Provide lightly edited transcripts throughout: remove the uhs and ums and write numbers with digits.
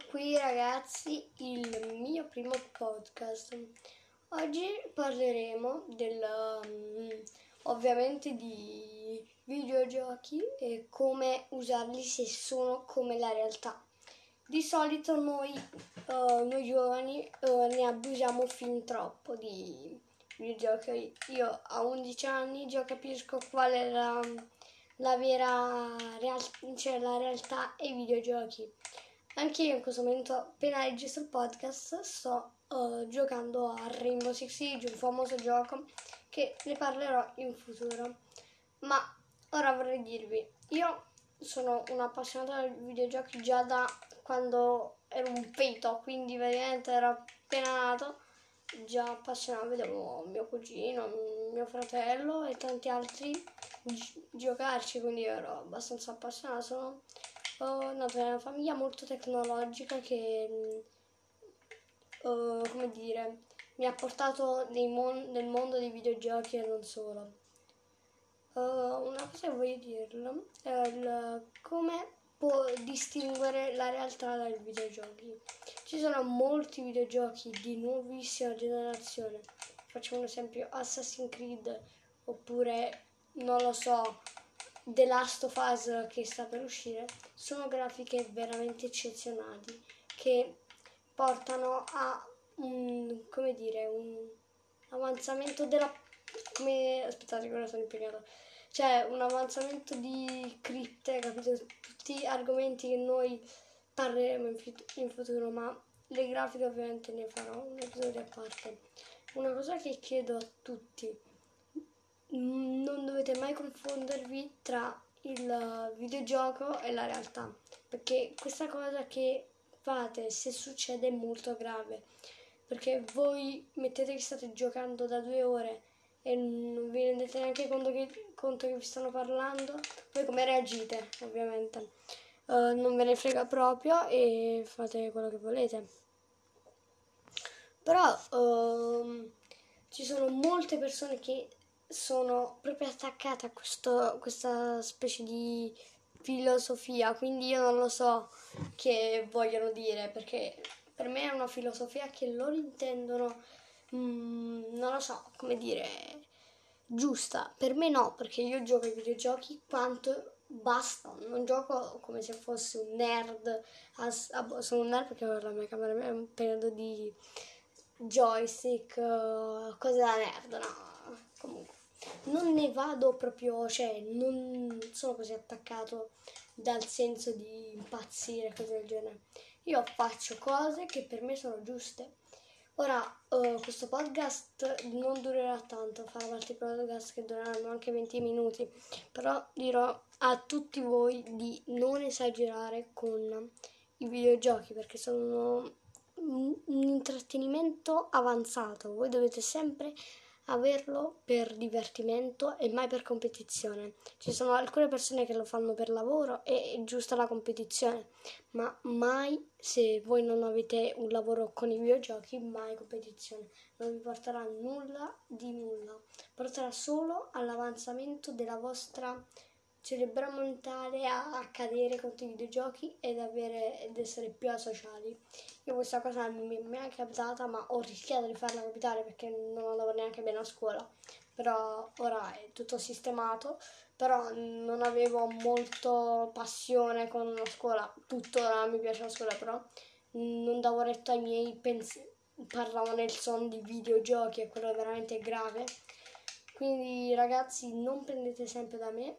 qui ragazzi il mio primo podcast. Oggi parleremo ovviamente di videogiochi e come usarli se sono come la realtà. Di solito noi giovani ne abusiamo fin troppo di videogiochi. Io a 11 anni già capisco qual è la vera la realtà e i videogiochi. Anche io in questo momento, appena registro il podcast, sto giocando a Rainbow Six Siege, un famoso gioco che ne parlerò in futuro. Ma ora vorrei dirvi, io sono un'appassionata di videogiochi già da quando ero un feto, quindi veramente ero appena nato, già appassionato, vedevo mio cugino, mio fratello e tanti altri giocarci, quindi ero abbastanza appassionata. Sono nato in una famiglia molto tecnologica che, come dire, mi ha portato nel mondo dei videogiochi e non solo. Una cosa che voglio dirlo è come può distinguere la realtà dai videogiochi. Ci sono molti videogiochi di nuovissima generazione. Facciamo un esempio: Assassin's Creed, oppure non lo so, The Last of Us che sta per uscire. Sono grafiche veramente eccezionali che portano a un avanzamento aspettate che ora sono impiegato. C'è un avanzamento di cripte, capito? Tutti argomenti che noi parleremo in futuro, ma le grafiche ovviamente ne farò un episodio a parte. Una cosa che chiedo a tutti: non dovete mai confondervi tra il videogioco e la realtà, perché questa cosa che fate, se succede, è molto grave, perché voi mettete che state giocando da 2 ore e non vi rendete neanche conto che vi stanno parlando. Poi come reagite? Ovviamente non ve ne frega proprio e fate quello che volete. Però ci sono molte persone che sono proprio attaccate a questa specie di filosofia, quindi io non lo so che vogliono dire, perché per me è una filosofia che loro intendono, non lo so come dire, giusta. Per me no, perché io gioco ai videogiochi quanto basta, non gioco come se fossi un nerd. Sono un nerd perché ho la mia camera è un periodo di joystick, cose da nerd, no, comunque non ne vado proprio, cioè non sono così attaccato dal senso di impazzire, cose del genere. Io faccio cose che per me sono giuste. Ora, questo podcast non durerà tanto, farò altri podcast che dureranno anche 20 minuti, però dirò a tutti voi di non esagerare con i videogiochi, perché sono un intrattenimento avanzato. Voi dovete sempre averlo per divertimento e mai per competizione. Ci sono alcune persone che lo fanno per lavoro e è giusta la competizione, ma mai, se voi non avete un lavoro con i videogiochi, mai competizione. Non vi porterà nulla di nulla, porterà solo all'avanzamento della vostra cerebro mentale a cadere contro i videogiochi ed essere più asociali. Io questa cosa mi è mai capitata, ma ho rischiato di farla capitare perché non andavo neanche bene a scuola. Però ora è tutto sistemato, però non avevo molto passione con la scuola. Tuttora mi piace la scuola, però non davo retta ai miei pensieri. Parlavo nel son di videogiochi e quello è veramente grave. Quindi ragazzi, non prendete sempre da me,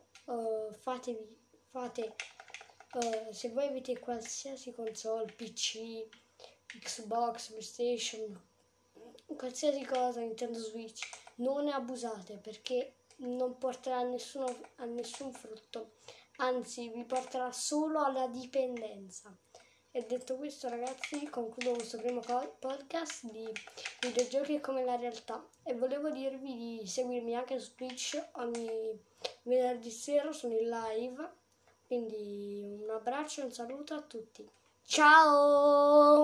se voi avete qualsiasi console, PC, Xbox, PlayStation, qualsiasi cosa, Nintendo Switch, non ne abusate, perché non porterà a nessun frutto, anzi vi porterà solo alla dipendenza. E detto questo ragazzi, concludo questo primo podcast di videogiochi come la realtà e volevo dirvi di seguirmi anche su Twitch ogni venerdì sera, sono in live, quindi un abbraccio e un saluto a tutti. Ciao!